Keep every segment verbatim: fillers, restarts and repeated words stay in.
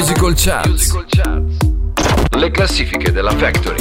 Musical Charts. Le classifiche della Factory.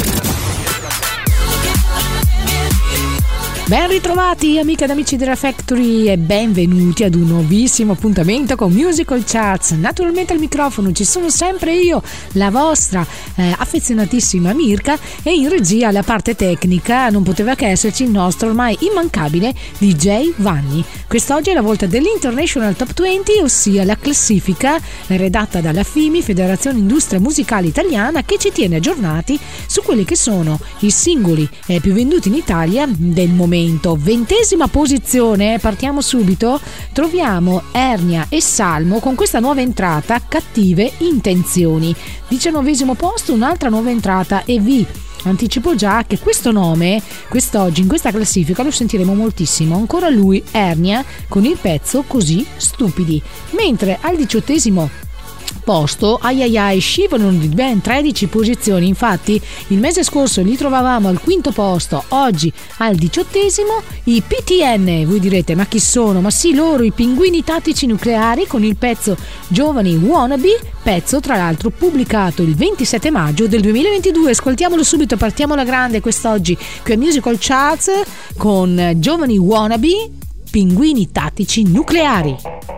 Ben ritrovati amiche ed amici della Factory e benvenuti ad un nuovissimo appuntamento con Musical Charts. Naturalmente al microfono ci sono sempre io, la vostra eh, affezionatissima Mirka, e in regia alla parte tecnica non poteva che esserci il nostro ormai immancabile D J Vanni. Quest'oggi è la volta dell'International Top venti, ossia la classifica redatta dalla F I M I, Federazione Industria Musicale Italiana, che ci tiene aggiornati su quelli che sono i singoli eh, più venduti in Italia del momento. Ventesima posizione, partiamo subito, troviamo Ernia e Salmo con questa nuova entrata, Cattive Intenzioni. Diciannovesimo posto, un'altra nuova entrata, e vi anticipo già che questo nome quest'oggi in questa classifica lo sentiremo moltissimo, ancora lui, Ernia, con il pezzo Così Stupidi. Mentre al diciottesimo posto, ai ai ai, scivolano di ben tredici posizioni. Infatti il mese scorso li trovavamo al quinto posto, oggi al diciottesimo i P T N. Voi direte, ma chi sono? Ma sì, loro, i Pinguini Tattici Nucleari, con il pezzo Giovani Wannabe, pezzo tra l'altro pubblicato il ventisette maggio del duemilaventidue. Ascoltiamolo subito, partiamo alla grande quest'oggi qui a Musical Charts con Giovani Wannabe, Pinguini Tattici Nucleari.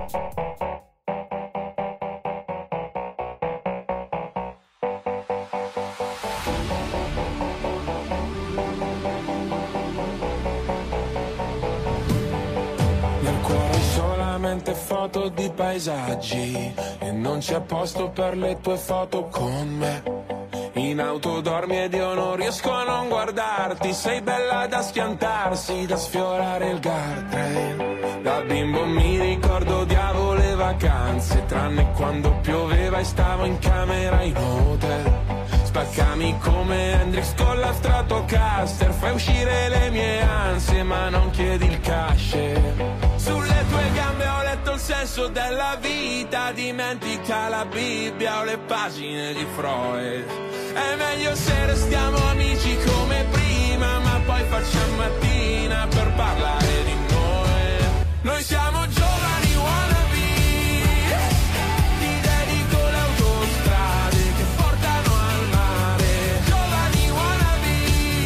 Foto di paesaggi e non c'è posto per le tue foto con me. In auto dormi ed io non riesco a non guardarti. Sei bella da schiantarsi, da sfiorare il guardrail. Da bimbo mi ricordo odiavo le vacanze, tranne quando pioveva e stavo in camera in hotel. Spaccami come Hendrix con la Stratocaster, fai uscire le mie ansie ma non chiedi il cash. Sulle tue gambe ho letto il senso della vita, dimentica la Bibbia o le pagine di Freud. È meglio se restiamo amici come prima, ma poi facciamo mattina per parlare di noi. Noi siamo giovani wannabe, ti dedico le autostrade che portano al mare. Giovani wannabe,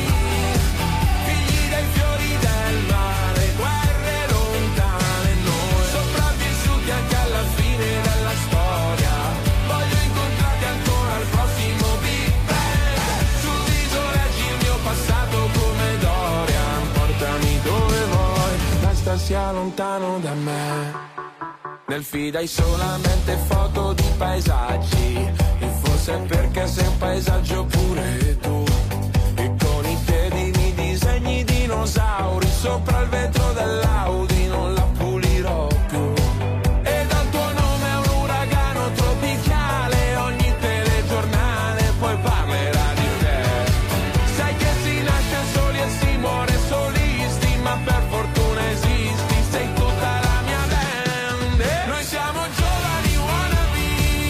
figli dei fiori del mare, guerre lontane noi, sopravvissuti anche alla fine della storia. Voglio incontrarti ancora al prossimo Big Bang. Sul viso leggi il mio passato come Dorian. Portami dove vuoi, basta sia lontano da me. Nel feed hai solamente foto di paesaggi, e forse è perché sei un paesaggio pure tu. E con i piedi mi disegni dinosauri sopra il vetro dell'Audi, non la pulirò più. E dal tuo nome è un uragano tropicale, ogni telegiornale poi parlerà di te. Sai che si nasce soli e si muore solisti, ma per fortuna esisti, sei tutta la mia band. Noi siamo giovani wannabe,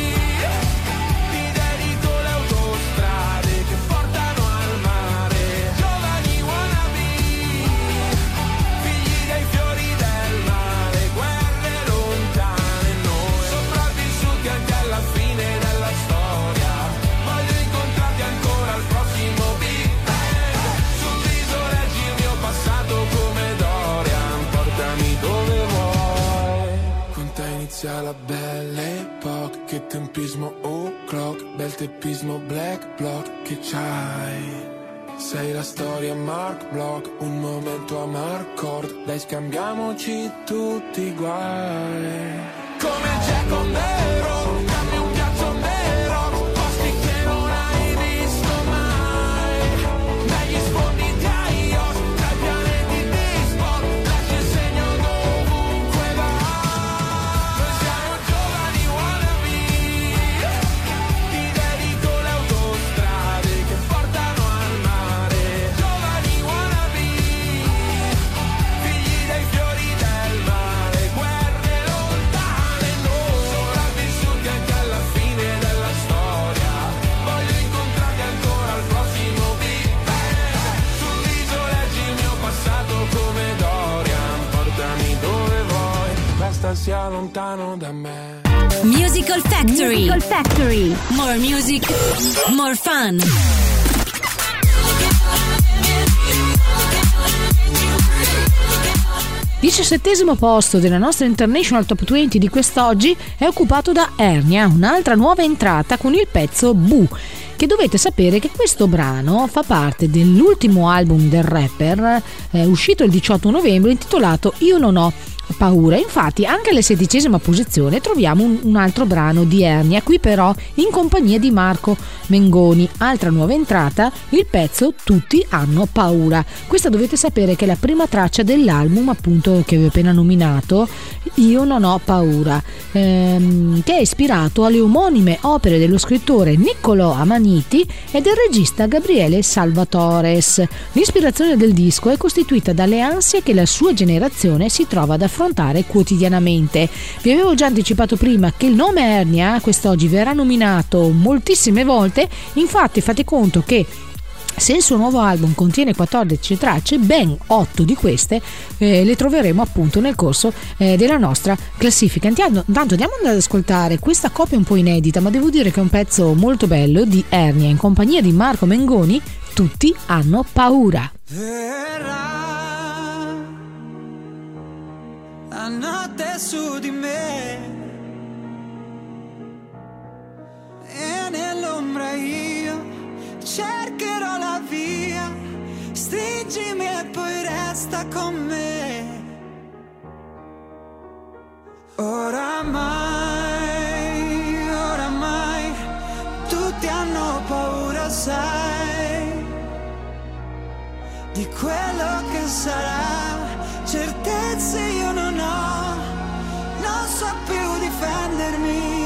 ti dedico le autostrade che portano al mare. Giovani wannabe, figli dei fiori del mare, guerre lontane noi, sopravvissuti anche alla fine della storia. Voglio incontrarti ancora al prossimo Big Bang. Sul viso leggi il mio passato come Dorian. Portami dove vuoi, con te inizia la belle epoca. Che tempismo o'clock, bel teppismo black block che c'hai. Sei la storia Mark Block, un momento a Marcord. Dai, scambiamoci tutti i guai. Come Jack on the road, dammi un ghiaccio nero, posti che non hai visto mai. Negli sfondi di Aios, tra i pianeti di sport, lascia il segno dovunque vai. Noi siamo giovani wannabe, ti dedico le autostrade che portano al mare. Giovani wannabe, figli dei fiori del mare, guerre lontane noi, sopravvissuti anche alla basta sia lontano da me. Musical Factory. Musical Factory. More music, more fun. diciassettesimo posto della nostra International Top venti di quest'oggi è occupato da Ernia, un'altra nuova entrata con il pezzo Boo, che dovete sapere che questo brano fa parte dell'ultimo album del rapper eh, uscito il diciotto novembre intitolato Io non ho paura. Infatti anche alla sedicesima posizione troviamo un, un altro brano di Ernia, qui però in compagnia di Marco Mengoni, altra nuova entrata, il pezzo Tutti hanno paura. Questa dovete sapere che è la prima traccia dell'album appunto che vi ho appena nominato, Io non ho paura, ehm, che è ispirato alle omonime opere dello scrittore Niccolò Amaniti e del regista Gabriele Salvatores. L'ispirazione del disco è costituita dalle ansie che la sua generazione si trova ad affrontare quotidianamente. Vi avevo già anticipato prima che il nome Ernia quest'oggi verrà nominato moltissime volte, infatti fate conto che se il suo nuovo album contiene quattordici tracce, ben otto di queste eh, le troveremo appunto nel corso eh, della nostra classifica. Intanto andiamo ad ascoltare questa coppia un po' inedita, ma devo dire che è un pezzo molto bello di Ernia in compagnia di Marco Mengoni, Tutti hanno paura. Verrà la notte su di me e nell'ombra io cercherò la via, stringimi e poi resta con me. Oramai, oramai, tutti hanno paura, sai, di quello che sarà. Certezze io non ho, non so più difendermi.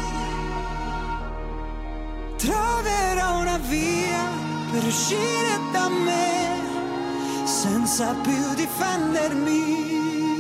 Troverò una via per uscire da me senza più difendermi.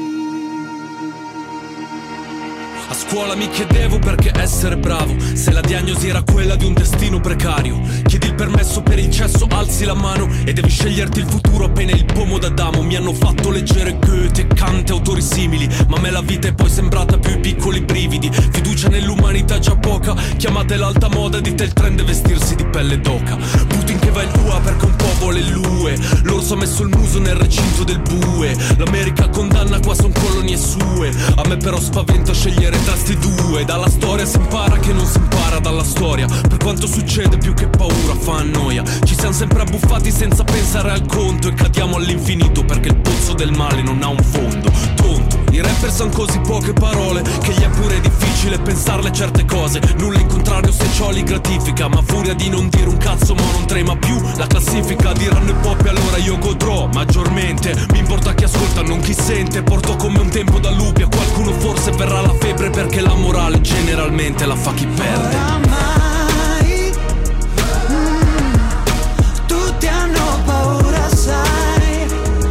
A scuola mi chiedevo perché essere bravo, se la diagnosi era quella di un destino precario. Chiedi il permesso per il cesso, alzi la mano e devi sceglierti il futuro appena il pomo d'Adamo. Mi hanno fatto leggere Goethe, Kant e autori simili, ma a me la vita è poi sembrata più i piccoli brividi. Fiducia nell'umanità già poca, chiamate l'alta moda, dite il trend è vestirsi di pelle d'oca. Putin che va in U A perché un po' vuole l'U E, l'orso ha messo il muso nel recinto del bue. L'America condanna, qua son colonie sue, a me però spaventa scegliere tra sti due. Dalla storia si impara che non si impara dalla storia, per quanto succede più che paura fa annoia. Ci siamo sempre abbuffati senza pensare al conto e cadiamo all'infinito perché il pozzo del male non ha un fondo. Tonto, i rapper son così poche parole che gli è pure difficile pensarle certe cose. Nulla in contrario se ciò li gratifica, ma furia di non dire un cazzo mo non trema più la classifica. Diranno i pop e allora io godrò maggiormente, mi importa chi ascolta non chi sente. Porto come un tempo da lupi, a qualcuno forse verrà la febbre perché la morale generalmente la fa chi perde. Oramai, mm, tutti hanno paura, sai,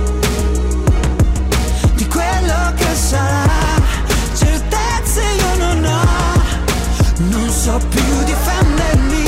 di quello che sarà. Certezze io non ho, non so più difendermi.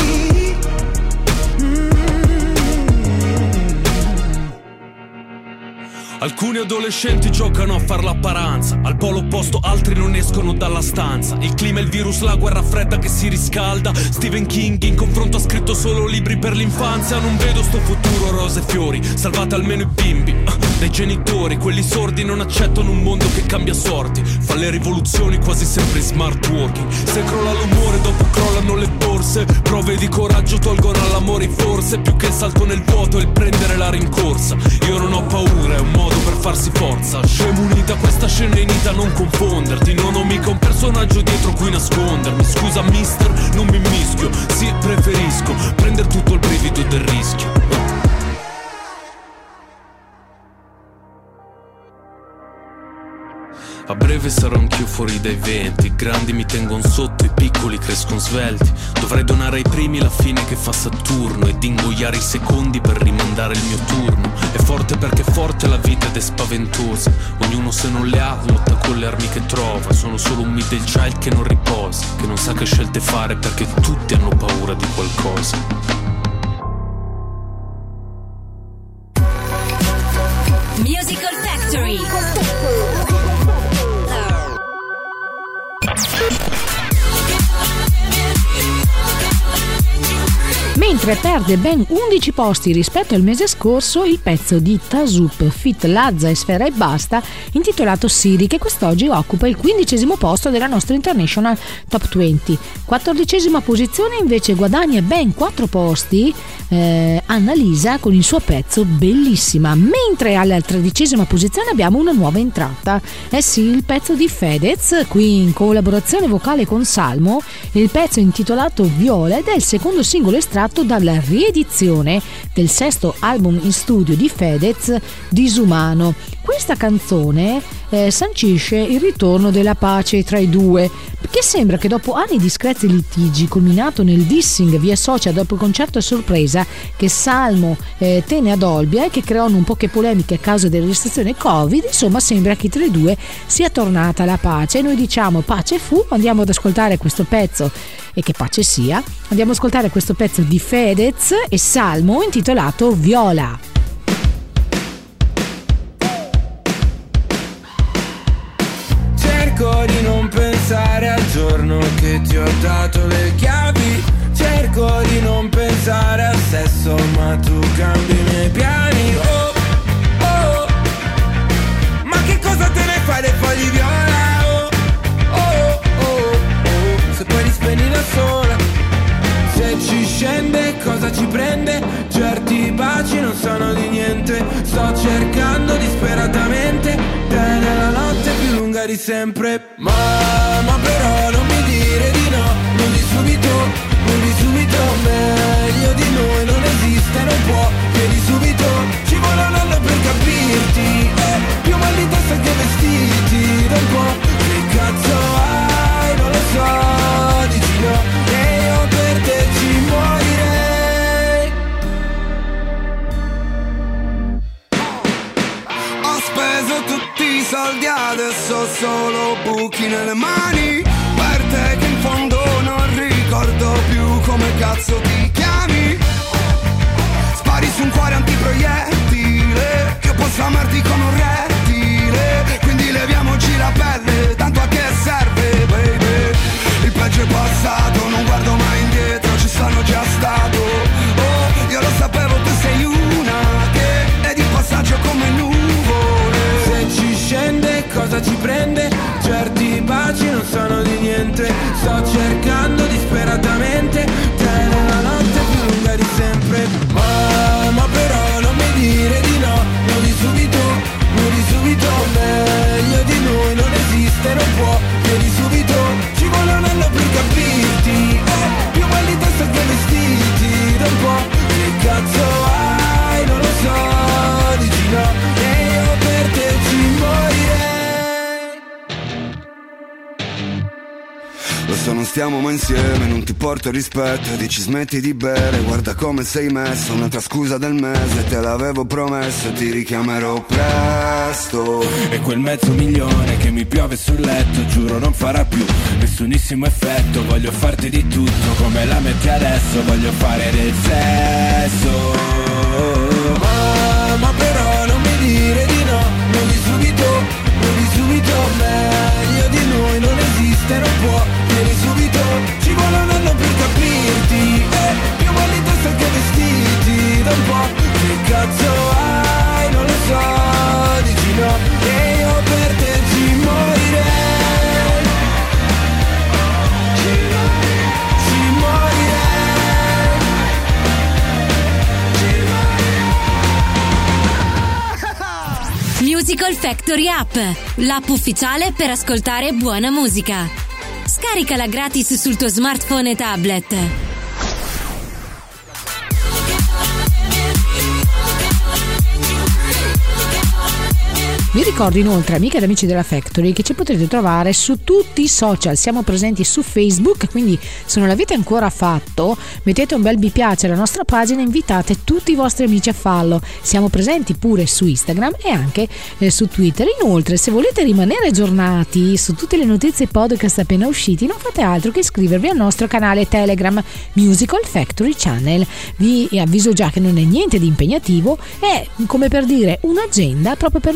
Alcuni adolescenti giocano a far l'apparanza, al polo opposto altri non escono dalla stanza. Il clima e il virus, la guerra fredda che si riscalda. Stephen King in confronto ha scritto solo libri per l'infanzia. Non vedo sto futuro rose e fiori, salvate almeno i bimbi uh, dai genitori. Quelli sordi non accettano un mondo che cambia sorti, fa le rivoluzioni quasi sempre in smart working. Se crolla l'umore dopo crollano le borse, prove di coraggio tolgono all'amore forse. Più che il salto nel vuoto è il prendere la rincorsa. Io non ho paura, è un modo per farsi forza. Scemo unita, questa scena è inita, non confonderti. Non ho mica un personaggio dietro cui nascondermi. Scusa mister, non mi mischio. Sì, preferisco prendere tutto il brivido del rischio. A breve sarò anch'io fuori dai venti. I grandi mi tengono sotto, i piccoli crescono svelti. Dovrei donare ai primi la fine che fa Saturno ed ingoiare i secondi per rimandare il mio turno. È forte perché è forte la vita ed è spaventosa. Ognuno se non le ha lotta con le armi che trova. Sono solo un middle child che non riposa, che non sa che scelte fare perché tutti hanno paura di qualcosa. Musical Factory. mentre perde ben undici posti rispetto al mese scorso il pezzo di Tasup feat. Lazza e Sfera Ebbasta intitolato Siri, che quest'oggi occupa il quindicesimo posto della nostra International Top venti. Quattordicesima posizione invece guadagna ben quattro posti eh, Annalisa con il suo pezzo Bellissima, mentre alla tredicesima posizione abbiamo una nuova entrata, eh sì, il pezzo di Fedez, qui in collaborazione vocale con Salmo. Il pezzo è intitolato Viola ed è il secondo singolo estratto dalla riedizione del sesto album in studio di Fedez, Disumano. Questa canzone eh, sancisce il ritorno della pace tra i due, perché sembra che dopo anni di screzi litigi, culminato nel dissing via social dopo il concerto a sorpresa che Salmo eh, tenne ad Olbia e che creò non poche polemiche a causa delle restrizioni Covid, insomma sembra che tra i due sia tornata la pace. E noi diciamo pace fu, andiamo ad ascoltare questo pezzo, e che pace sia, andiamo ad ascoltare questo pezzo di Fedez e Salmo intitolato Viola. Cerco di non pensare al giorno che ti ho dato le chiavi. Cerco di non pensare al sesso, ma tu cambi i miei piani. Oh, oh, ma che cosa te ne fai dei fogli viola? Oh, oh, oh, oh, se poi li spegni da sola. Se ci scende cosa ci prende? Certi baci non sono di niente. Sto cercando disperatamente te nella notte più lunga di sempre. Ma, ma però non mi dire di no, non di subito, non di subito. Meglio di noi non esiste, non può. Chiedi subito, ci vuole un anno per capirti. Eh, più mal di testa che vestiti da un po'. Che cazzo hai? Non lo so, dici no. E io per te ci morirei. Ho speso tutti i soldi, adesso ho solo buchi nelle mani. Per te che in fondo non ricordo più come cazzo ti chiami. Spari su un cuore antiproiettile, io posso amarti come un rettile. Quindi leviamoci la pelle, tanto a che serve, baby. Il peggio è passato, non guardo mai indietro, ci sono già stato. Oh, io lo sapevo, tu sei una che è di passaggio come nuvole. Se ci scende cosa ci prende? Certi baci non sono di niente. Sto cercando disperatamente te nella notte più lunga di sempre. Ma, ma però non mi dire di no, non di subito, non di subito. Meglio di noi non esiste, non può. Chiedi subito, ci vuole un anno per capirti. Eh, più mal di testa che vestiti da un po'. Che cazzo hai? Non lo so, dici no. E io per te ci morirei. Lo so non stiamo mai insieme, non ti porto rispetto. Dici smetti di bere, guarda come sei messo. Un'altra scusa del mese, te l'avevo promesso. Ti richiamerò presto. E quel mezzo milione che mi piove sul letto, giuro non farà più nessunissimo effetto. Voglio farti di tutto come la metti adesso. Voglio fare del sesso. Ma, ma però non mi dire di no, non di subito, non di subito. Meglio di noi non esiste, non può. Vieni subito, ci vuole un anno per capirti. Eh, più mal di testa che vestiti da un po'. Che cazzo hai? Non lo so, dici no. E io per te ci morirei. Ci morirei. Ci morirei. Ci morirei. Musical Factory App, l'app ufficiale per ascoltare buona musica. Scaricala gratis sul tuo smartphone e tablet. Vi ricordo inoltre, amiche ed amici della Factory, che ci potete trovare su tutti i social. Siamo presenti su Facebook, quindi se non l'avete ancora fatto mettete un bel mi piace alla nostra pagina e invitate tutti i vostri amici a farlo. Siamo presenti pure su Instagram e anche eh, su Twitter. Inoltre, se volete rimanere aggiornati su tutte le notizie e podcast appena usciti, non fate altro che iscrivervi al nostro canale Telegram Musical Factory Channel. Vi avviso già che non è niente di impegnativo, è come per dire un'agenda proprio per non perdere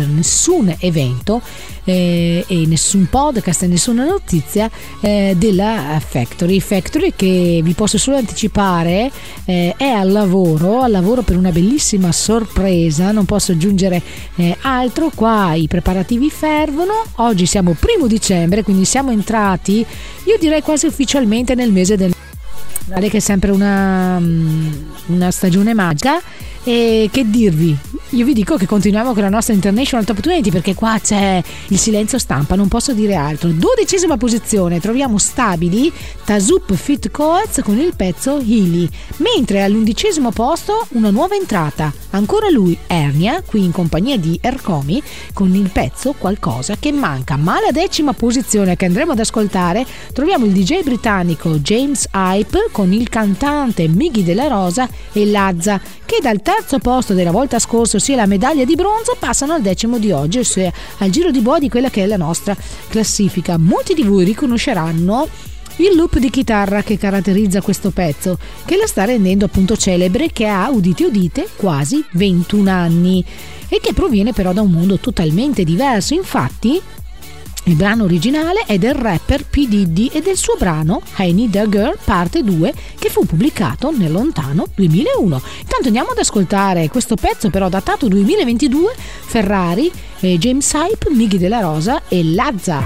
perdere nessun evento eh, e nessun podcast e nessuna notizia eh, della Factory Factory, che vi posso solo anticipare eh, è al lavoro al lavoro per una bellissima sorpresa. Non posso aggiungere eh, altro. Qua i preparativi fervono. Oggi siamo primo dicembre, quindi siamo entrati, io direi quasi ufficialmente, nel mese del Natale, che è sempre una, una stagione magica. E che dirvi, io vi dico che continuiamo con la nostra International Top venti, perché qua c'è il silenzio stampa, non posso dire altro. Dodicesima posizione troviamo stabili Tasup Fit Coats con il pezzo Healy, mentre all'undicesimo posto una nuova entrata, ancora lui Ernia, qui in compagnia di Ercomi, con il pezzo Qualcosa che manca. Ma alla decima posizione, che andremo ad ascoltare, troviamo il D J britannico James Hype con il cantante Miggy Della Rosa e Lazza, che dal terzo posto della volta scorsa, ossia la medaglia di bronzo, passano al decimo di oggi, ossia al giro di boa di quella che è la nostra classifica. Molti di voi riconosceranno il loop di chitarra che caratterizza questo pezzo, che la sta rendendo appunto celebre, che ha, udite udite, quasi ventuno anni e che proviene però da un mondo totalmente diverso. Infatti il brano originale è del rapper P. Diddy e del suo brano I Need a Girl parte due, che fu pubblicato nel lontano duemilauno. Intanto andiamo ad ascoltare questo pezzo però datato duemilaventidue, Ferrari, eh, James Hype, Miggy Della Rosa e Lazza.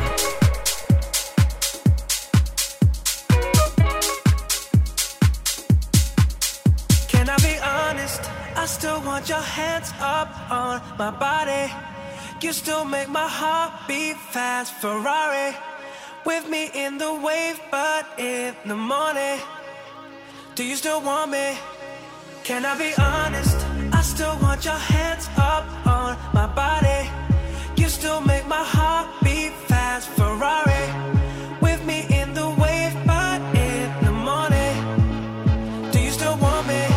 Can I be honest? I still want your hands up on my body. You still make my heart beat fast. Ferrari with me in the wave, but in the morning, do you still want me? Can I be honest? I still want your hands up on my body. You still make my heart beat fast. Ferrari with me in the wave, but in the morning, do you still want me?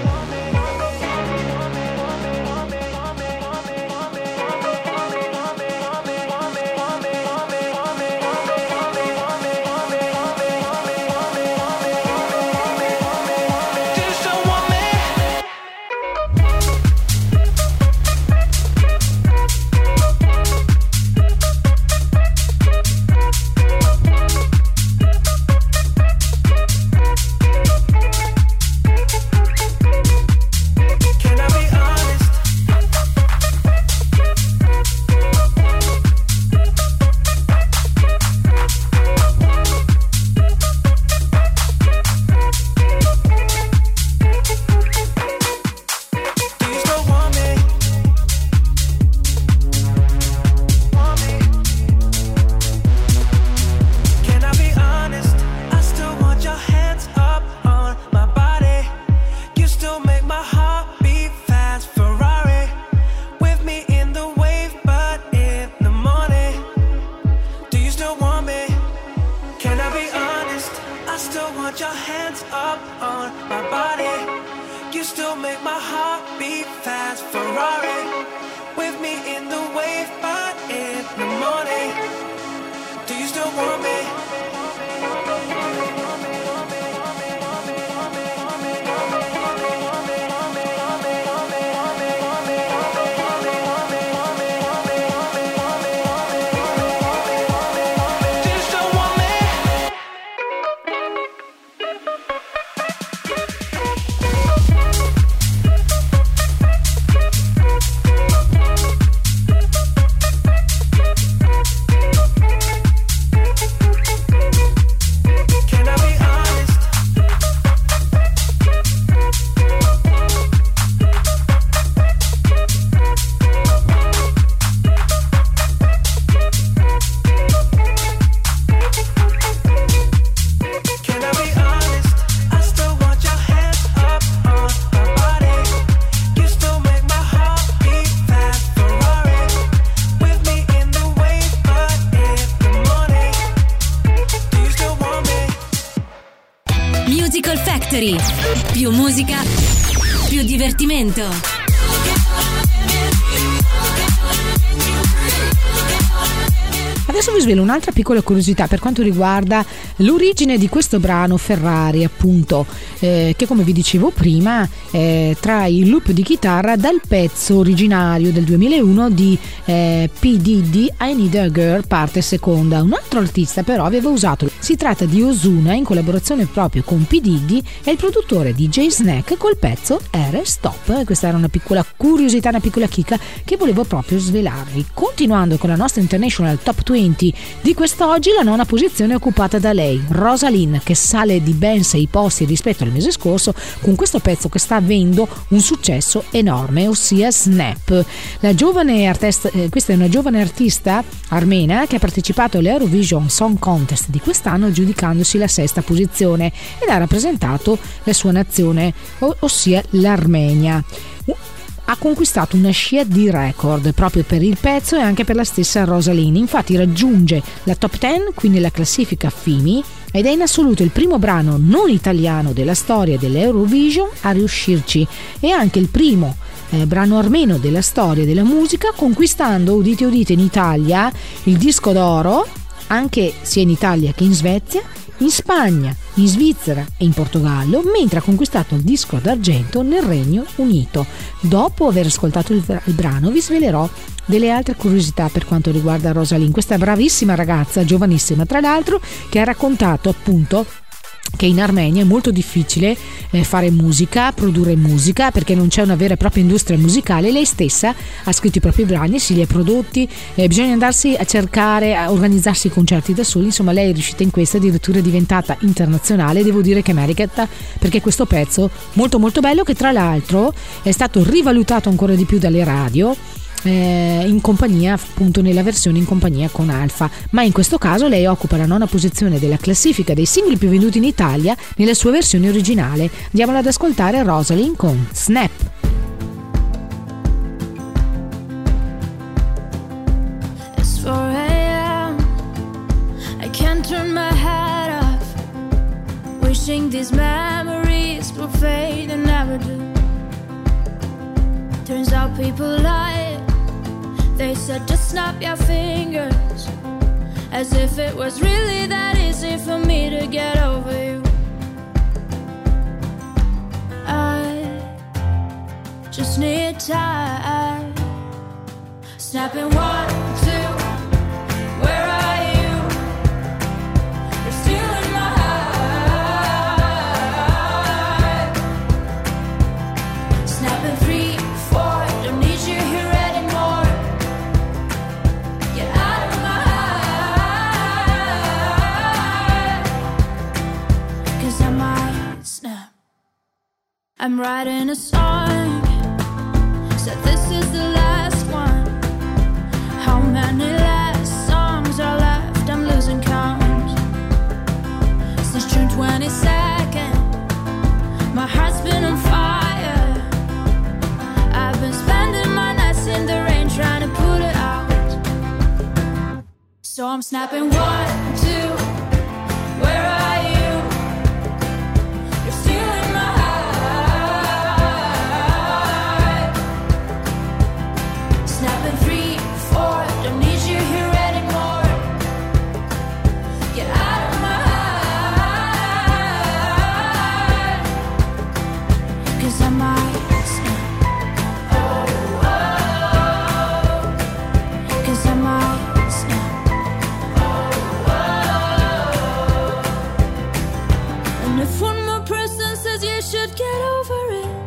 Più musica, più divertimento. Adesso vi svelo un'altra piccola curiosità per quanto riguarda l'origine di questo brano Ferrari, appunto, eh, che come vi dicevo prima eh, trae il loop di chitarra dal pezzo originario del duemilauno di eh, P. Diddy, I Need a Girl, parte seconda. Un altro artista però aveva usato, si tratta di Ozuna in collaborazione proprio con P. Diddy e il produttore D J Snack col pezzo R Stop. Questa era una piccola curiosità, una piccola chicca che volevo proprio svelarvi. Continuando con la nostra International Top venti di quest'oggi, la nona posizione è occupata da lei, Rosalind, che sale di ben sei posti rispetto al mese scorso con questo pezzo che sta avendo un successo enorme, ossia Snap. La giovane artista, eh, questa è una giovane artista armena che ha partecipato all'Eurovision Song Contest di quest'anno giudicandosi la sesta posizione ed ha rappresentato la sua nazione, ossia l'Armenia. Ha conquistato una scia di record proprio per il pezzo e anche per la stessa Rosalind. Infatti raggiunge la top dieci, quindi la classifica F I M I, ed è in assoluto il primo brano non italiano della storia dell'Eurovision a riuscirci e anche il primo eh, brano armeno della storia della musica, conquistando, udite udite, in Italia il disco d'oro, anche sia in Italia che in Svezia, in Spagna, in Svizzera e in Portogallo, mentre ha conquistato il disco d'argento nel Regno Unito. Dopo aver ascoltato il, il brano vi svelerò delle altre curiosità per quanto riguarda Rosalind, questa bravissima ragazza, giovanissima tra l'altro, che ha raccontato appunto che in Armenia è molto difficile eh, fare musica, produrre musica, perché non c'è una vera e propria industria musicale. Lei stessa ha scritto i propri brani, si li ha prodotti, eh, bisogna andarsi a cercare, a organizzarsi i concerti da soli. Insomma, lei è riuscita in questo, addirittura è diventata internazionale. Devo dire che merita, perché questo pezzo molto molto bello, che tra l'altro è stato rivalutato ancora di più dalle radio, Eh, in compagnia, appunto nella versione in compagnia con Alfa, ma in questo caso lei occupa la nona posizione della classifica dei singoli più venduti in Italia nella sua versione originale. Andiamola ad ascoltare, Rosalind con Snap. It's four a.m. I can't turn my head off, wishing these memories will fade and never do. Turns out people lie. They said just snap your fingers, as if it was really that easy for me to get over you. I just need time. Snapping one, two, where are you? You're still in my heart. Snapping three, four, don't need you here anymore. Get out of my heart, 'cause I might snap. I'm writing a song, said this is the last one. How many last songs are left? I'm losing count. Since June twenty-second, my heart's been on fire. I've been spending my nights in the rain trying to put it out. So I'm snapping one, two, where are you? You're still in my heart. Snapping three, four, don't need you here anymore. Get out of my heart, 'cause I might snap. Oh, oh, 'cause I might snap. Oh, oh. And if one more person says you should get over it,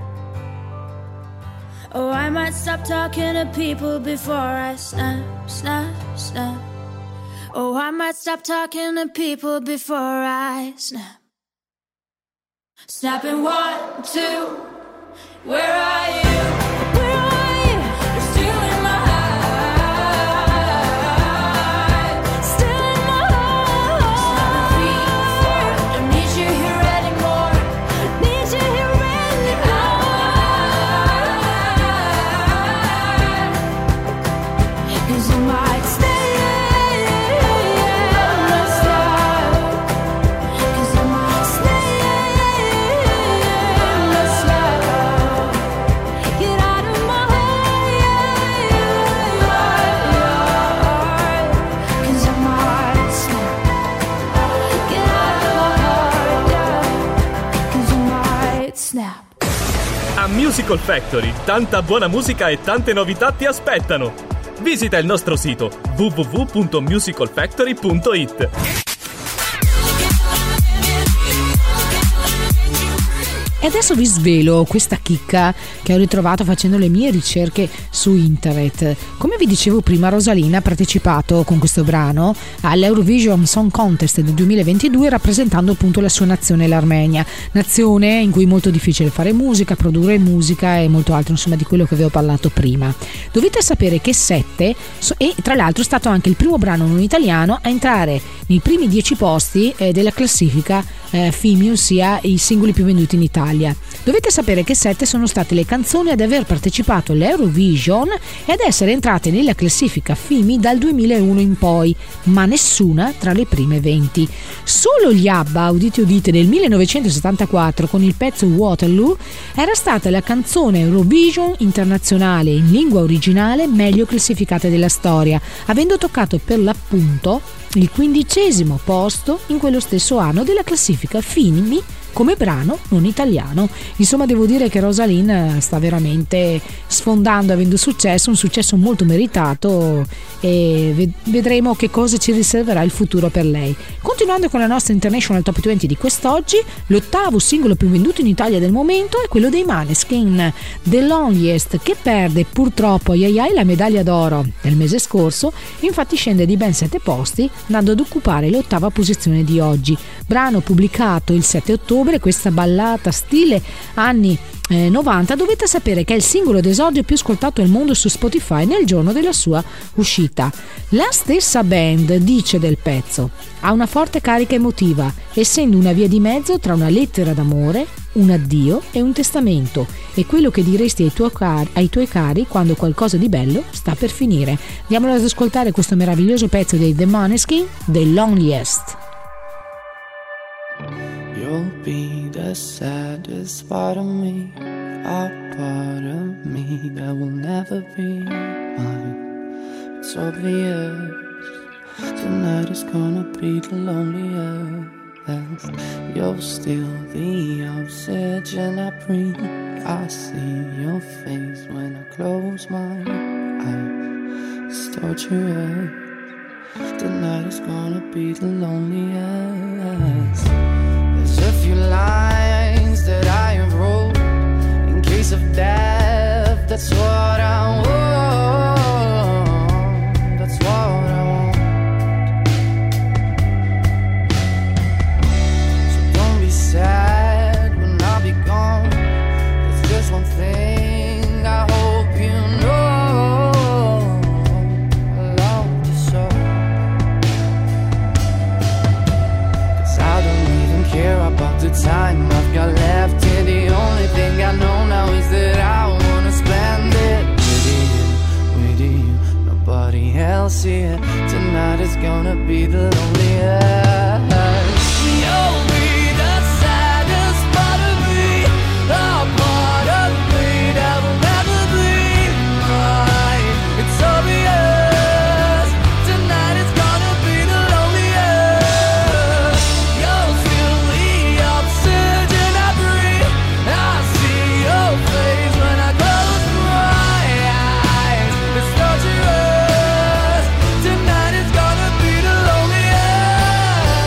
oh, I might stop talking to people before I snap, snap, snap. Oh, I might stop talking to people before I snap. Snapping one, two, where are you? Where are you? You're still in my heart. Still in my heart. Three, four, don't need you here anymore. Need you here anymore. 'Cause you might stay. Let's stop. 'Cause I might stay. Let's stop. You Musical Factory, tanta buona musica e tante novità ti aspettano. Visita il nostro sito w w w punto musical factory punto i t. E adesso vi svelo questa chicca che ho ritrovato facendo le mie ricerche su internet. Come vi dicevo prima, Rosalina ha partecipato con questo brano all'Eurovision Song Contest del duemilaventidue, rappresentando appunto la sua nazione, l'Armenia, nazione in cui è molto difficile fare musica, produrre musica e molto altro, insomma, di quello che avevo parlato prima. Dovete sapere che Sette, e tra l'altro è stato anche il primo brano non italiano a entrare nei primi dieci posti eh, della classifica eh, F I M I, ossia i singoli più venduti in Italia. Dovete sapere che sette sono state le canzoni ad aver partecipato all'Eurovision e ad essere entrate nella classifica F I M I dal duemilauno in poi, ma nessuna tra le prime venti. Solo gli ABBA, udite udite, del millenovecentosettantaquattro con il pezzo Waterloo, era stata la canzone Eurovision internazionale in lingua originale meglio classificata della storia, avendo toccato per l'appunto il quindicesimo posto in quello stesso anno della classifica F I M I come brano non italiano. Insomma, devo dire che Rosalind sta veramente sfondando, avendo successo, un successo molto meritato, e vedremo che cosa ci riserverà il futuro per lei. Continuando con la nostra International Top venti di quest'oggi, l'ottavo singolo più venduto in Italia del momento è quello dei Maneskin, The Loneliest, che perde purtroppo ai ai ai la medaglia d'oro del mese scorso, infatti scende di ben sette posti, andando ad occupare l'ottava posizione di oggi. Brano pubblicato il sette ottobre, questa ballata stile anni eh, novanta, dovete sapere che è il singolo d'esordio più ascoltato al mondo su Spotify nel giorno della sua uscita. La stessa band dice del pezzo: ha una forte carica emotiva, essendo una via di mezzo tra una lettera d'amore, un addio e un testamento, e quello che diresti ai tuoi cari, ai tuoi cari quando qualcosa di bello sta per finire. Andiamo ad ascoltare questo meraviglioso pezzo dei The Maneskin, The Loneliest. You'll be the saddest part of me, a part of me that will never be mine. It's obvious, tonight is gonna be the loneliest. You're still the oxygen I breathe. I see your face when I close my eyes. It's torturous, tonight is gonna be the loneliest. There's a few lines that I have wrote in case of death. That's what I want. That's what I want. So don't be sad when I'll be gone. There's just one thing I hope you know. I love you so. 'Cause I don't even care about the time I've got left here. The only thing I know now is that I wanna spend it with you, with you, nobody else here. Tonight is gonna be the loneliest. You'll be the saddest part of me, a part of me that will never be mine. It's obvious, tonight is gonna be the loneliest. You'll feel the oxygen I breathe. I see your face when I close my eyes. It's torturous, tonight is gonna be the loneliest.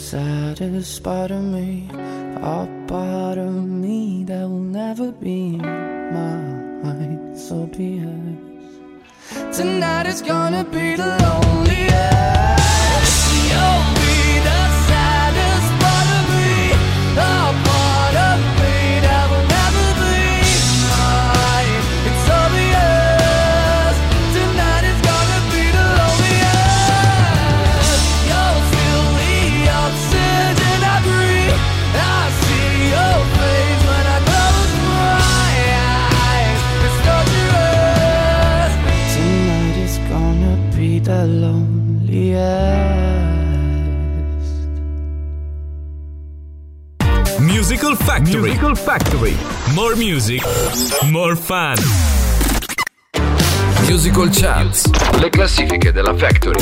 saddest part of me, a part of me that will never be mine. So be it. Tonight is gonna be the loneliest. You'll be the saddest part of me, a part of me that will never be mine. It's obvious. Tonight is gonna be the loneliest. You'll feel the oxygen I breathe. I see your face when I close my eyes. It's torturous. Tonight is gonna be the loneliest. Musical Factory. Musical Factory. More music, more fun. Musical Charts, le classifiche della Factory.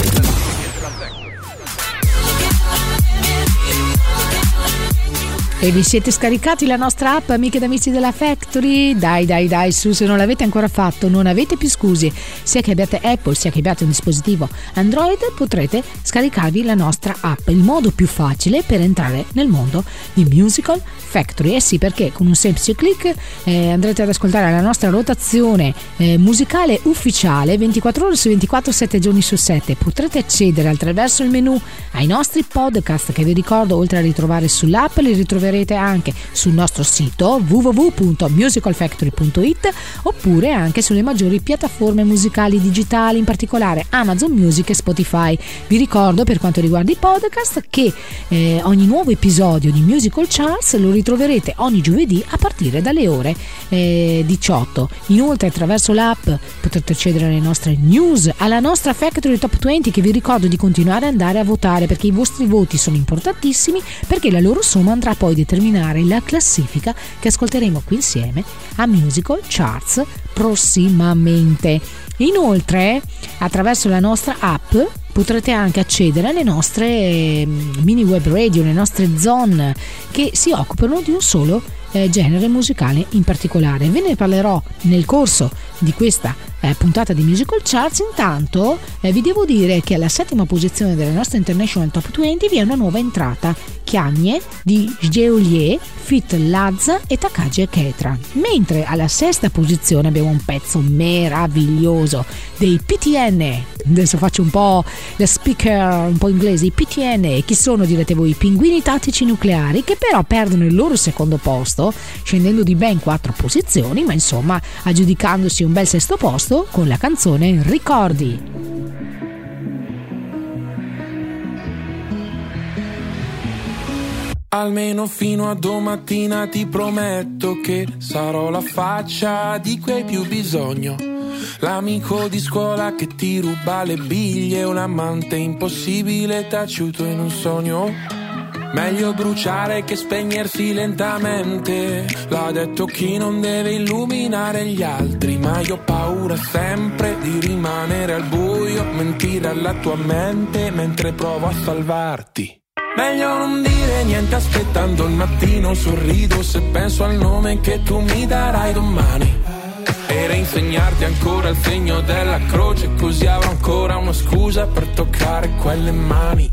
E vi siete scaricati la nostra app, amiche ed amici della Factory? Dai dai dai, su, se non l'avete ancora fatto non avete più scuse. Sia che abbiate Apple, sia che abbiate un dispositivo Android, potrete scaricarvi la nostra app, il modo più facile per entrare nel mondo di Musical Factory. Eh sì, perché con un semplice click eh, andrete ad ascoltare la nostra rotazione eh, musicale ufficiale ventiquattro ore su ventiquattro, sette giorni su sette. Potrete accedere attraverso il menu ai nostri podcast, che vi ricordo, oltre a ritrovare sull'app, li ritroverete anche sul nostro sito w w w punto musical factory punto i t, oppure anche sulle maggiori piattaforme musicali digitali, in particolare Amazon Music e Spotify. Vi ricordo, per quanto riguarda i podcast, che eh, ogni nuovo episodio di Musical Charts lo ritroverete ogni giovedì a partire dalle ore eh, diciotto. Inoltre, attraverso l'app potrete accedere alle nostre news, alla nostra Factory Top venti, che vi ricordo di continuare ad andare a votare, perché i vostri voti sono importantissimi, perché la loro somma andrà poi a determinare la classifica che ascolteremo qui insieme a Musical Charts prossimamente. Inoltre, attraverso la nostra app potrete anche accedere alle nostre mini web radio, le nostre zone, che si occupano di un solo eh, genere musicale in particolare. Ve ne parlerò nel corso di questa eh, puntata di Musical Charts. Intanto eh, vi devo dire che alla settima posizione della nostra International Top venti vi è una nuova entrata, Chiagne di Geolier, Fit Lazza e Takagi e Ketra, mentre alla sesta posizione abbiamo un pezzo meraviglioso dei P T N. Adesso faccio un po' la speaker un po' inglese. I P T N, chi sono, direte voi? I Pinguini Tattici Nucleari, che però perdono il loro secondo posto scendendo di ben quattro posizioni, ma insomma aggiudicandosi un bel sesto posto con la canzone Ricordi. Almeno fino a domattina ti prometto che sarò la faccia di cui hai più bisogno, l'amico di scuola che ti ruba le biglie, un amante impossibile taciuto in un sogno. Meglio bruciare che spegnersi lentamente, l'ha detto chi non deve illuminare gli altri, ma io ho paura sempre di rimanere al buio, mentire alla tua mente mentre provo a salvarti. Meglio non dire niente aspettando il mattino, sorrido se penso al nome che tu mi darai domani, e reinsegnarti ancora il segno della croce, così avrò ancora una scusa per toccare quelle mani.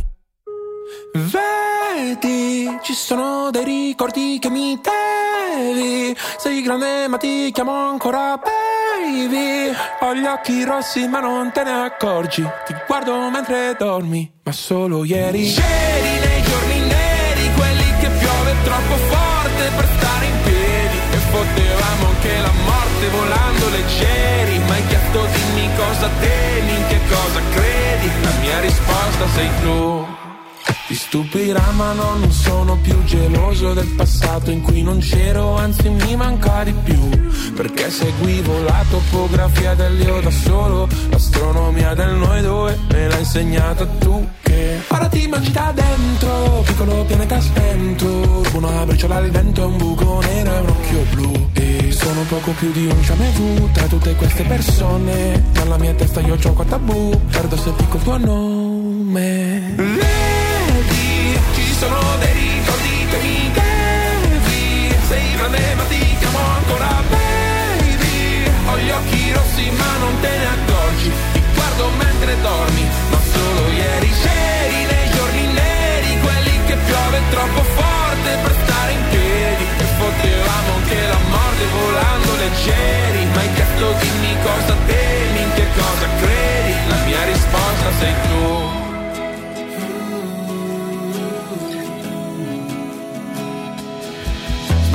Vedi, ci sono dei ricordi che mi devi, sei grande ma ti chiamo ancora baby, ho gli occhi rossi ma non te ne accorgi, ti guardo mentre dormi, ma solo ieri. C'eri nei giorni neri, quelli che piove troppo forte per stare in piedi, e potevamo anche la morte volando leggeri, ma hai chiesto dimmi cosa temi, in che cosa credi, la mia risposta sei tu. Ti stupirà ma no, non sono più geloso del passato in cui non c'ero, anzi mi manca di più, perché seguivo la topografia dell'io da solo, l'astronomia del noi due me l'ha insegnata tu, che ora ti mangi da dentro, piccolo pianeta spento, rubo una briciola al vento, un buco nero e un occhio blu, e sono poco più di un jamais vu tra tutte queste persone, nella mia testa io gioco a tabù, perdo se dico il tuo nome. Ci sono dei ricordi che mi devi, sei grande ma ti chiamo ancora baby, ho gli occhi rossi ma non te ne accorgi, ti guardo mentre dormi, ma solo ieri c'eri nei giorni neri, quelli che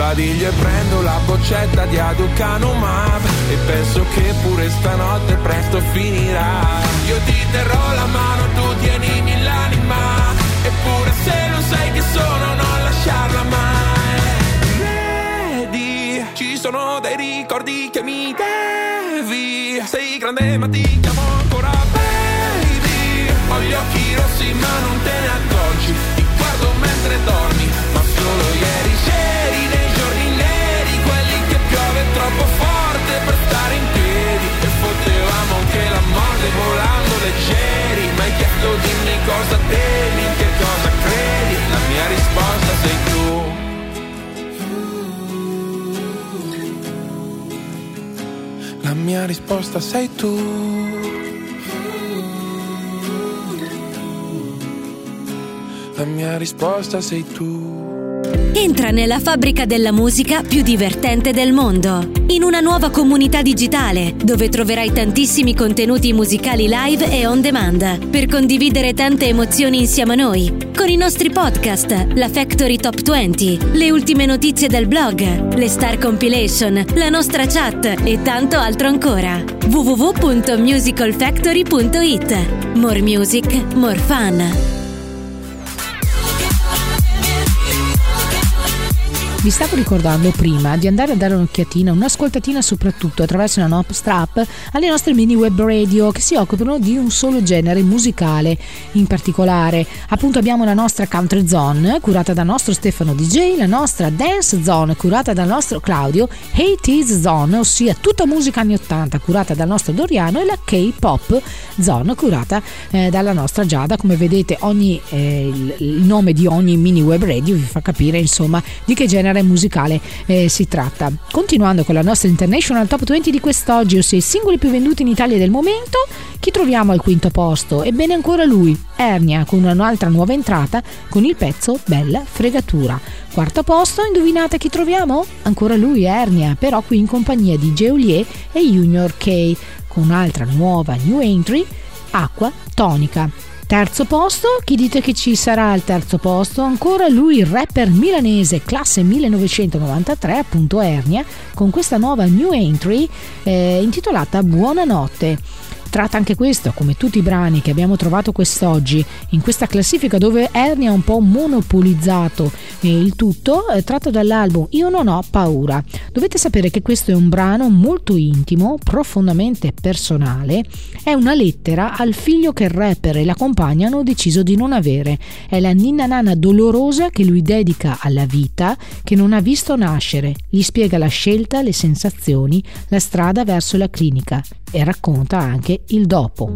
sbadiglio e prendo la boccetta di aducanumab e penso che pure stanotte presto finirà. Io ti terrò la mano, tu tienimi l'anima, eppure se lo sai che sono non lasciarla mai. Vedi, ci sono dei ricordi che mi devi. Sei grande ma ti chiamo ancora baby. Ho gli occhi rossi ma non te ne accorgi, ti guardo mentre dormi, ma solo ieri c'eri nei giorni neri, quelli che piove troppo forte per stare in piedi, e potevamo anche la morte volando leggeri. Ma hai chiesto dimmi cosa temi, in che cosa credi, la mia risposta sei tu. La mia risposta sei tu. La mia risposta sei tu. Entra nella fabbrica della musica più divertente del mondo, in una nuova comunità digitale dove troverai tantissimi contenuti musicali live e on demand per condividere tante emozioni insieme a noi, con i nostri podcast, la Factory Top venti, le ultime notizie del blog, le Star Compilation, la nostra chat e tanto altro ancora. w w w punto musical factory punto i t. More music, more fun. Vi stavo ricordando prima di andare a dare un'occhiatina, un'ascoltatina soprattutto attraverso la nostra app alle nostre mini web radio che si occupano di un solo genere musicale in particolare. Appunto abbiamo la nostra Country Zone curata dal nostro Stefano D J, la nostra Dance Zone curata dal nostro Claudio, eighties Zone, ossia tutta musica anni ottanta curata dal nostro Doriano, e la K-Pop Zone curata eh, dalla nostra Giada. Come vedete ogni eh, il, il nome di ogni mini web radio vi fa capire insomma di che genere musicale eh, si tratta. Continuando con la nostra International Top venti di quest'oggi, ossia i singoli più venduti in Italia del momento, chi troviamo al quinto posto? Ebbene ancora lui, Ernia, con un'altra nuova entrata con il pezzo Bella Fregatura. Quarto posto, indovinate chi troviamo? Ancora lui, Ernia, però qui in compagnia di Geolier e Junior K, con un'altra nuova new entry, Acqua Tonica. Terzo posto, chi dite che ci sarà al terzo posto? Ancora lui, il rapper milanese classe millenovecentonovantatré, appunto Ernia, con questa nuova new entry eh, intitolata Buonanotte. Tratta anche questo, come tutti i brani che abbiamo trovato quest'oggi in questa classifica dove Ernia ha un po' monopolizzato il tutto, eh, tratto dall'album Io non ho paura. Dovete sapere che questo è un brano molto intimo, profondamente personale, è una lettera al figlio che il rapper e la compagna hanno deciso di non avere. È la ninna nana dolorosa che lui dedica alla vita che non ha visto nascere, gli spiega la scelta, le sensazioni, la strada verso la clinica e racconta anche il dopo.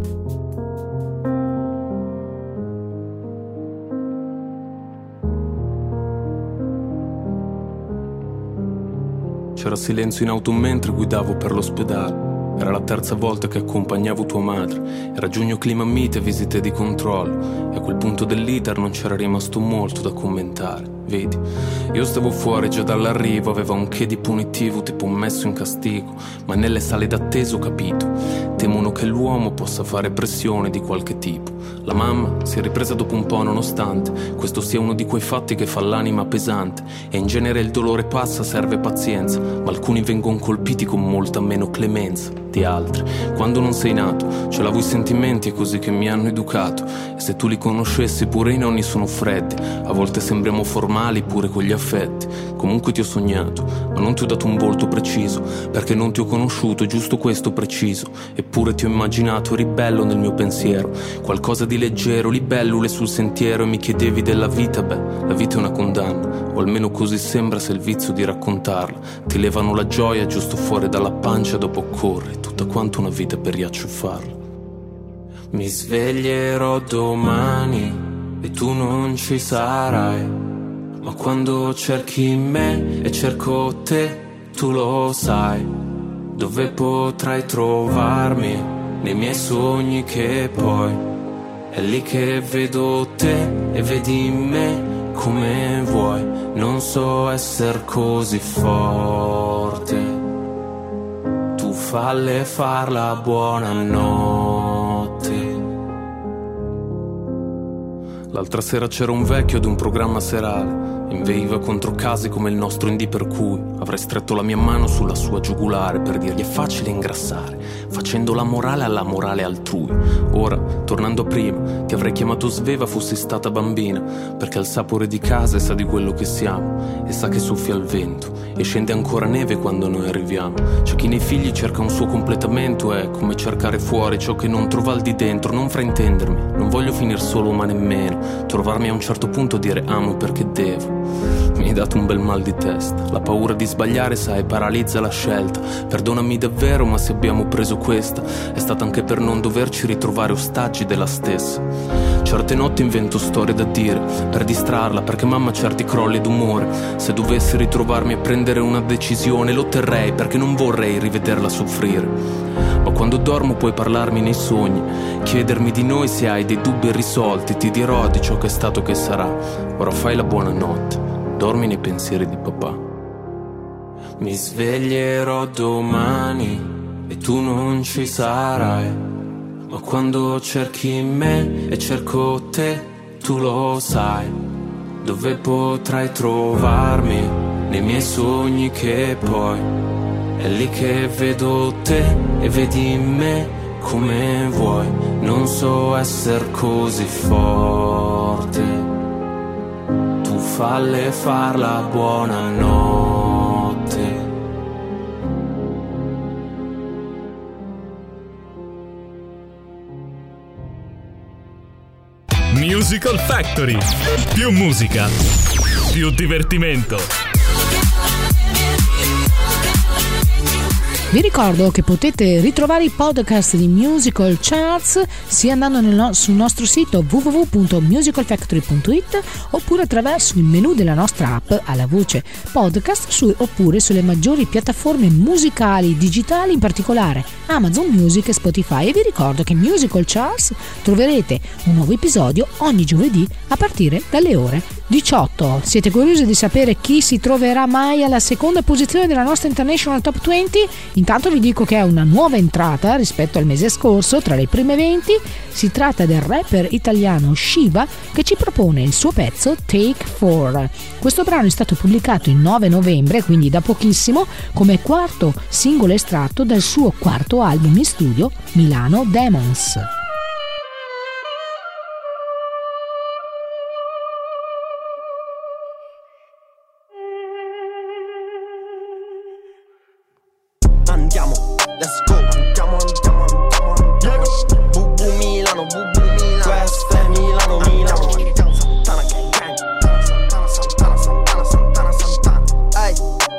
C'era silenzio in auto mentre guidavo per l'ospedale. Era la terza volta che accompagnavo tua madre. Era giugno, clima mite, visite di controllo, e a quel punto dell'iter non c'era rimasto molto da commentare. Vedi, io stavo fuori già dall'arrivo, aveva un che di punitivo, tipo un messo in castigo, ma nelle sale d'attesa ho capito, temono che l'uomo possa fare pressione di qualche tipo. La mamma si è ripresa dopo un po' nonostante questo sia uno di quei fatti che fa l'anima pesante, e in genere il dolore passa, serve pazienza, ma alcuni vengono colpiti con molta meno clemenza di altri. Quando non sei nato ce l'avevo i sentimenti, è così che mi hanno educato, e se tu li conoscessi pure i nonni sono freddi, a volte sembriamo formali pure con gli affetti. Comunque ti ho sognato, ma non ti ho dato un volto preciso, perché non ti ho conosciuto, giusto questo preciso. Eppure ti ho immaginato ribello nel mio pensiero, qualcosa di leggero, libellule sul sentiero, e mi chiedevi della vita. Beh, la vita è una condanna, o almeno così sembra se il vizio di raccontarla. Ti levano la gioia giusto fuori dalla pancia, dopo corri tutta quanto una vita per riacciuffarla. Mi sveglierò domani e tu non ci sarai, ma quando cerchi me e cerco te, tu lo sai, dove potrai trovarmi, nei miei sogni che poi è lì che vedo te e vedi me come vuoi. Non so esser così forte, tu falle farla buonanotte. L'altra sera c'era un vecchio ad un programma serale, inveiva contro casi come il nostro indie, per cui avrei stretto la mia mano sulla sua giugulare per dirgli è facile ingrassare, facendo la morale alla morale altrui. Ora, tornando a prima, ti avrei chiamato Sveva fossi stata bambina, perché il sapore di casa sa di quello che siamo e sa che soffia il vento e scende ancora neve quando noi arriviamo. C'è chi nei figli cerca un suo completamento, è come cercare fuori ciò che non trova al di dentro. Non fraintendermi, non voglio finire solo ma nemmeno trovarmi a un certo punto a dire amo perché devo. Mi hai dato un bel mal di testa, la paura di sbagliare sai paralizza la scelta. Perdonami davvero ma se abbiamo preso questa è stata anche per non doverci ritrovare ostaggi della stessa. Certe notti invento storie da dire per distrarla, perché mamma ha certi crolli d'umore. Se dovessi ritrovarmi a prendere una decisione lo terrei, perché non vorrei rivederla soffrire. Ma quando dormo puoi parlarmi nei sogni, chiedermi di noi se hai dei dubbi irrisolti. Ti dirò di ciò che è stato che sarà. Ora fai la buonanotte, dormi nei pensieri di papà. Mi sveglierò domani e tu non ci sarai, ma quando cerchi me e cerco te, tu lo sai, dove potrai trovarmi, nei miei sogni che poi è lì che vedo te e vedi me come vuoi. Non so essere così forte, tu falle far la buonanotte. Musical Factory. Più musica, più divertimento. Vi ricordo che potete ritrovare i podcast di Musical Charts sia andando nel no- sul nostro sito w w w punto musical factory punto i t oppure attraverso il menu della nostra app alla voce podcast su, oppure sulle maggiori piattaforme musicali digitali, in particolare Amazon Music e Spotify. E vi ricordo che Musical Charts troverete un nuovo episodio ogni giovedì a partire dalle ore diciotto. Siete curiosi di sapere chi si troverà mai alla seconda posizione della nostra International Top venti? Intanto vi dico che è una nuova entrata rispetto al mese scorso tra le prime venti. Si tratta del rapper italiano Shiva, che ci propone il suo pezzo Take Four. Questo brano è stato pubblicato il nove novembre, quindi da pochissimo, come quarto singolo estratto dal suo quarto album in studio, Milano Demons. Andiamo, let's go. Andiamo, andiamo, andiamo, andiamo. Bubu Milano, bubu Milano. Questo è Milano, Milano. Santana, gang, gang. Santana, Santana, Santana, Santana, Santana. Ehi,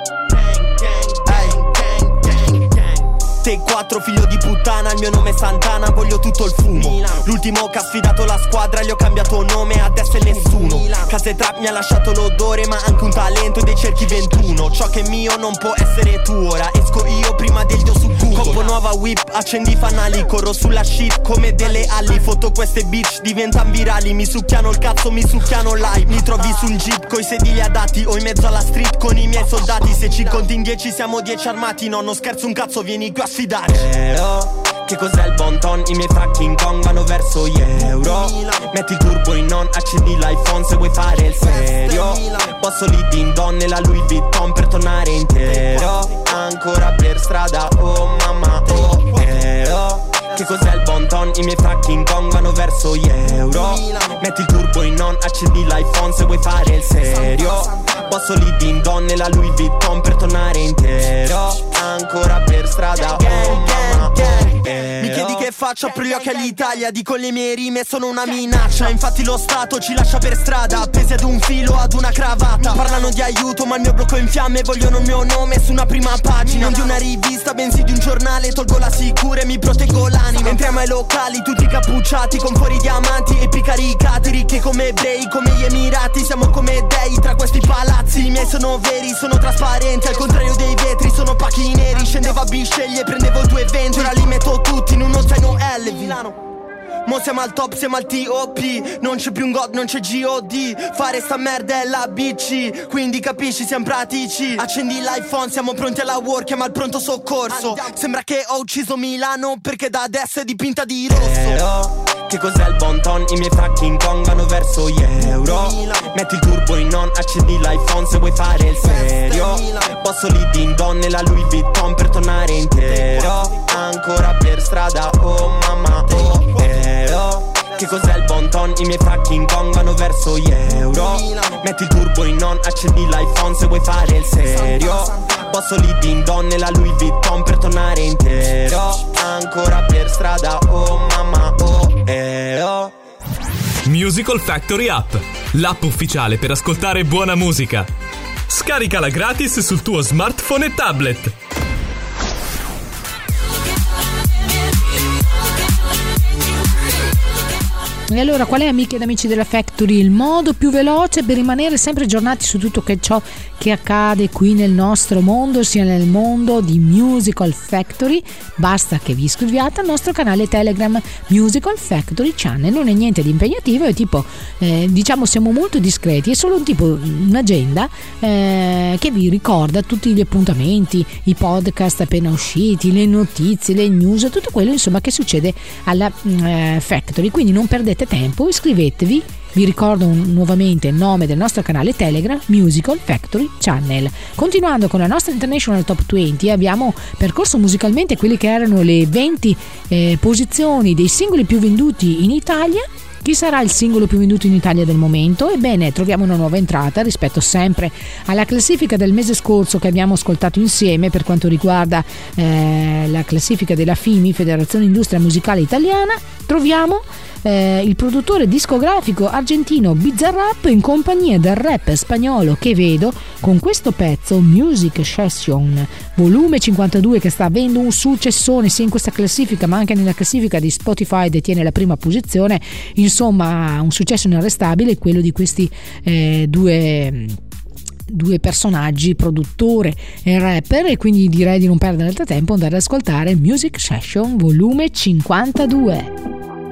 gang, gang, gang, gang, gang. Te quattro figlio di puttana, il mio nome è Santana, voglio tutto il fumo. L'ultimo che ha sfidato la squadra, gli ho cambiato nome, adesso è nessuno. Case Trap mi ha lasciato l'odore, ma anche un talento dei cerchi ventuno. Ciò che è mio non può essere tuo, ora esco io prima del dio su Google. Coppo nuova whip, accendi i fanali, corro sulla shit come delle ali. Foto queste bitch diventan virali, mi succhiano il cazzo, mi succhiano live. Mi trovi su un jeep coi sedili adatti o in mezzo alla street con i miei soldati. Se ci conti in dieci siamo dieci armati, no, non scherzo un cazzo, vieni qui a sfidarci. Però che cos'è il bon ton? I miei fucking Kong vanno verso gli euro. Metti il turbo in on, accendi l'iPhone se vuoi fare il serio. Posso lì din don nella Louis Vuitton per tornare intero. Ancora per strada, oh mamma, oh però che cos'è il bon ton? I miei fucking Kong vanno verso gli euro. Metti il turbo in on, accendi l'iPhone se vuoi fare il serio. Posso lì din don nella Louis Vuitton per tornare intero. Ancora per strada, oh mamma, oh mi chiedi che faccio, apro gli occhi all'Italia. Dico le mie rime sono una minaccia. Infatti lo Stato ci lascia per strada, appesi ad un filo, ad una cravatta. Parlano di aiuto ma il mio blocco è in fiamme. Vogliono il mio nome su una prima pagina, non di una rivista bensì di un giornale. Tolgo la sicura e mi proteggo l'anima. Entriamo ai locali tutti cappucciati con fuori diamanti e picaricati. Ricchi come ebrei, come gli Emirati. Siamo come dei tra questi palazzi. I miei sono veri, sono trasparenti. Al contrario dei vetri sono pacchi neri. Scendevo a Bisceglie, prendevo il due venti. Ora li metto tutti in uno zaino L. Milano. Mo siamo al top, siamo al T O P. Non c'è più un God, non c'è G O D. Fare sta merda è la B C, quindi capisci, siamo pratici. Accendi l'iPhone, siamo pronti alla war, chiama il pronto soccorso. Sembra che ho ucciso Milano perché da adesso è dipinta di rosso. Però che cos'è il bon ton? I miei fucking Kong vanno verso gli euro. Metti il turbo in on, accendi l'iPhone se vuoi fare il serio. Posso lì din don nella Louis Vuitton per tornare intero. Ancora per strada, oh mamma, oh ero. Che cos'è il bon ton? I miei fucking Kong vanno verso gli euro. Metti il turbo in on, accendi l'iPhone se vuoi fare il serio. Posso lì din don nella Louis Vuitton per tornare intero. Ancora per strada, oh mamma, oh ero. Musical Factory App, l'app ufficiale per ascoltare buona musica. Scaricala gratis sul tuo smartphone e tablet. E allora, qual è, amiche ed amici della Factory, il modo più veloce per rimanere sempre aggiornati su tutto che ciò che accade qui nel nostro mondo, sia nel mondo di Musical Factory? Basta che vi iscriviate al nostro canale Telegram Musical Factory Channel. Non è niente di impegnativo, è tipo eh, diciamo siamo molto discreti, è solo un tipo un'agenda eh, che vi ricorda tutti gli appuntamenti, i podcast appena usciti, le notizie, le news, tutto quello insomma che succede alla eh, Factory. Quindi non perdete tempo, iscrivetevi. Vi ricordo un, nuovamente il nome del nostro canale Telegram, Musical Factory Channel. Continuando con la nostra International Top venti, abbiamo percorso musicalmente quelle che erano le venti eh, posizioni dei singoli più venduti in Italia. Chi sarà il singolo più venduto in Italia del momento? Ebbene, troviamo una nuova entrata rispetto sempre alla classifica del mese scorso che abbiamo ascoltato insieme per quanto riguarda eh, la classifica della F I M I, Federazione Industria Musicale Italiana. Troviamo eh, il produttore discografico argentino Bizarrap in compagnia del rap spagnolo Quevedo con questo pezzo Music Session volume cinquantadue, che sta avendo un successone sia in questa classifica ma anche nella classifica di Spotify, detiene la prima posizione. Insomma, un successo inarrestabile quello di questi eh, due due personaggi, produttore e rapper, e quindi direi di non perdere altro tempo, andare ad ascoltare Music Session volume cinquantadue.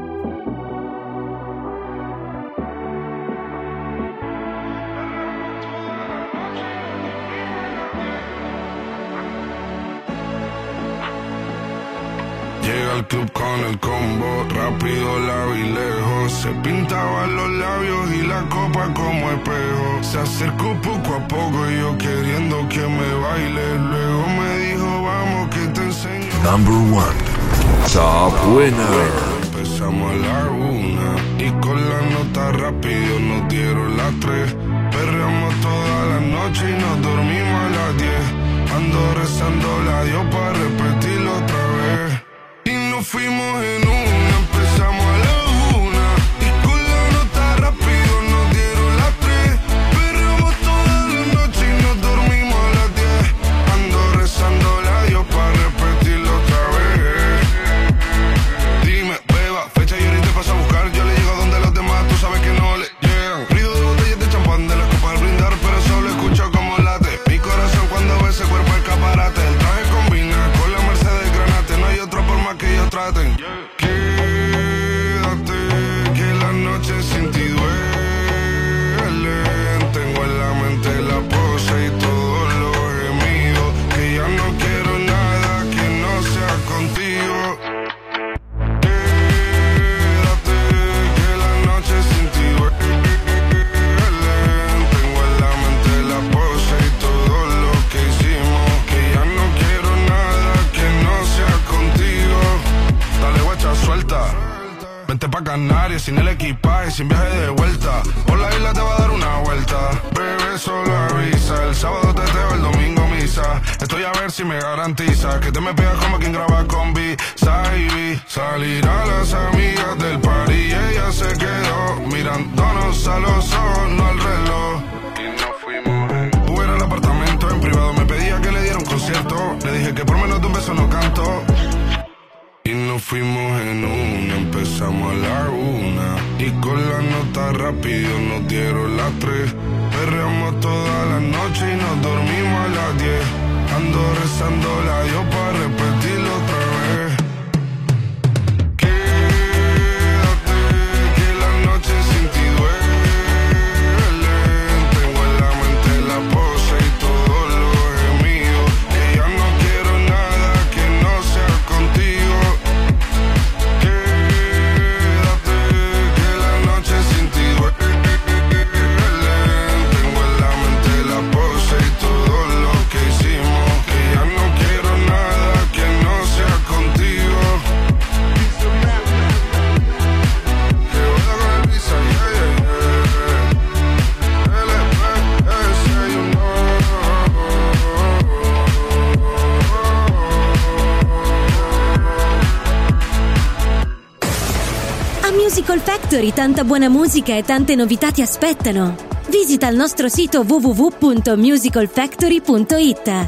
Llega al club con el combo, rápido la vi lejos. Se pintaba los labios y la copa como espejo. Se acercó poco a poco y yo queriendo que me baile. Luego me dijo, vamos que te enseño. Number one, Top Winner. Empezamos a la una y con la nota rápido nos dieron las tres. Perreamos toda la noche y nos dormimos a las diez. Ando rezando la Dios para repetirlo otra vez. Nos fuimos en una, empezamos a la una y con la nota rápido nos dieron las tres. Perreamos toda la noche y nos dormimos a las diez. Ando rezando la Dios para repetirlo otra vez. Dime, beba, fecha y ahorita paso a buscar. Yo le llego donde los demás, tú sabes que no le llegan. Ruido de botellas de champán de las copas al brindar, pero solo escucho como late mi corazón cuando ve ese cuerpo escaparate. El traje combina con la Mercedes Granate, no hay otro por más que ellos traten. Quédate, que la noche sin ti duele. Tengo en la mente la pose y todos los gemidos. Que ya no quiero nada que no sea contigo. Quédate, que la noche sin ti duele. Tengo en la mente la pose y todo lo que hicimos. Que ya no quiero nada que no sea contigo. Dale guacha, suelta. Vente pa' Canarias sin el equipaje, sin viaje de vuelta. Por la isla te va a dar una vuelta. Bebé, solo avisa. El sábado teteo, el domingo misa. Estoy a ver si me garantiza que te me pegas como quien graba con B-Side. Salir a las amigas del party y ella se quedó mirándonos a los ojos, no al reloj. Y nos fuimos en Uber al apartamento en privado. Me pedía que le diera un concierto. Le dije que por menos de un beso no canto. Y nos fuimos en una, empezamos a la una y con la nota rápido nos dieron las tres. Perreamos toda la noche y nos dormimos a las diez. Ando rezando la Dios para repetirlo otra vez. Quédate, que la noche sin ti duele. Tengo en la mente la pose y todos los gemidos. Que ya no quiero nada que no sea contigo. Quédate, Factory tanta buona musica e tante novità ti aspettano. Visita il nostro sito w w w punto musical factory punto i t.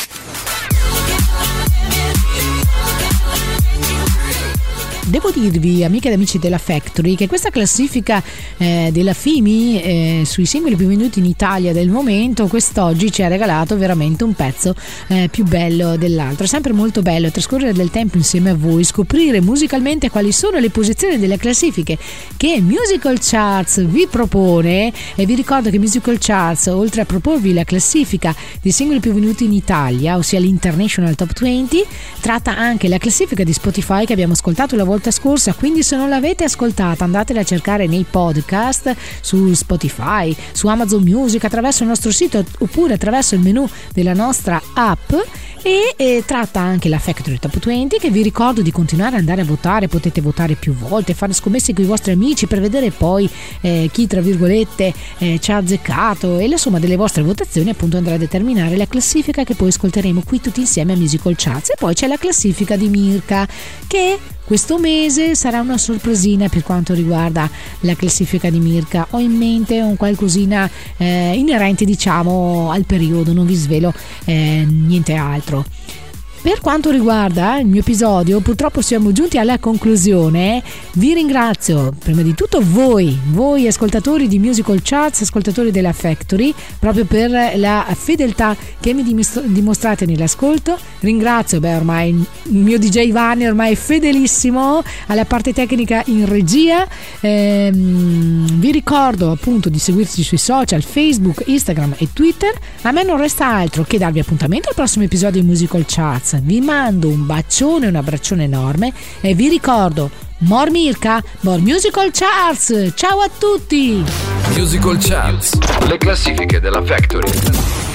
Devo dirvi, amiche ed amici della Factory, che questa classifica eh, della F I M I eh, sui singoli più venduti in Italia del momento quest'oggi ci ha regalato veramente un pezzo eh, più bello dell'altro. È sempre molto bello trascorrere del tempo insieme a voi, scoprire musicalmente quali sono le posizioni delle classifiche che Musical Charts vi propone. E vi ricordo che Musical Charts, oltre a proporvi la classifica dei singoli più venduti in Italia, ossia l'International Top venti, tratta anche la classifica di Spotify che abbiamo ascoltato la volta scorsa, quindi se non l'avete ascoltata andatela a cercare nei podcast su Spotify, su Amazon Music, attraverso il nostro sito oppure attraverso il menu della nostra app. E, e tratta anche la Factory Top venti, che vi ricordo di continuare ad andare a votare. Potete votare più volte, fare scommesse con i vostri amici per vedere poi eh, chi tra virgolette eh, ci ha azzeccato, e la somma delle vostre votazioni appunto andrà a determinare la classifica che poi ascolteremo qui tutti insieme a Musical Charts. E poi c'è la classifica di Mirka, che questo mese sarà una sorpresina per quanto riguarda la classifica di Mirka. Ho in mente un qualcosina eh, inerente diciamo al periodo, non vi svelo eh, niente altro. Per quanto riguarda il mio episodio, purtroppo siamo giunti alla conclusione. Vi ringrazio prima di tutto voi, voi ascoltatori di Musical Charts, ascoltatori della Factory, proprio per la fedeltà che mi dimostrate nell'ascolto. Ringrazio, beh, ormai il mio D J Vanni, ormai fedelissimo alla parte tecnica in regia. Ehm, vi ricordo appunto di seguirci sui social Facebook, Instagram e Twitter. A me non resta altro che darvi appuntamento al prossimo episodio di Musical Charts. Vi mando un bacione e un abbraccione enorme e vi ricordo: more Mirka, more Musical Charts. Ciao a tutti. Musical Charts, le classifiche della Factory.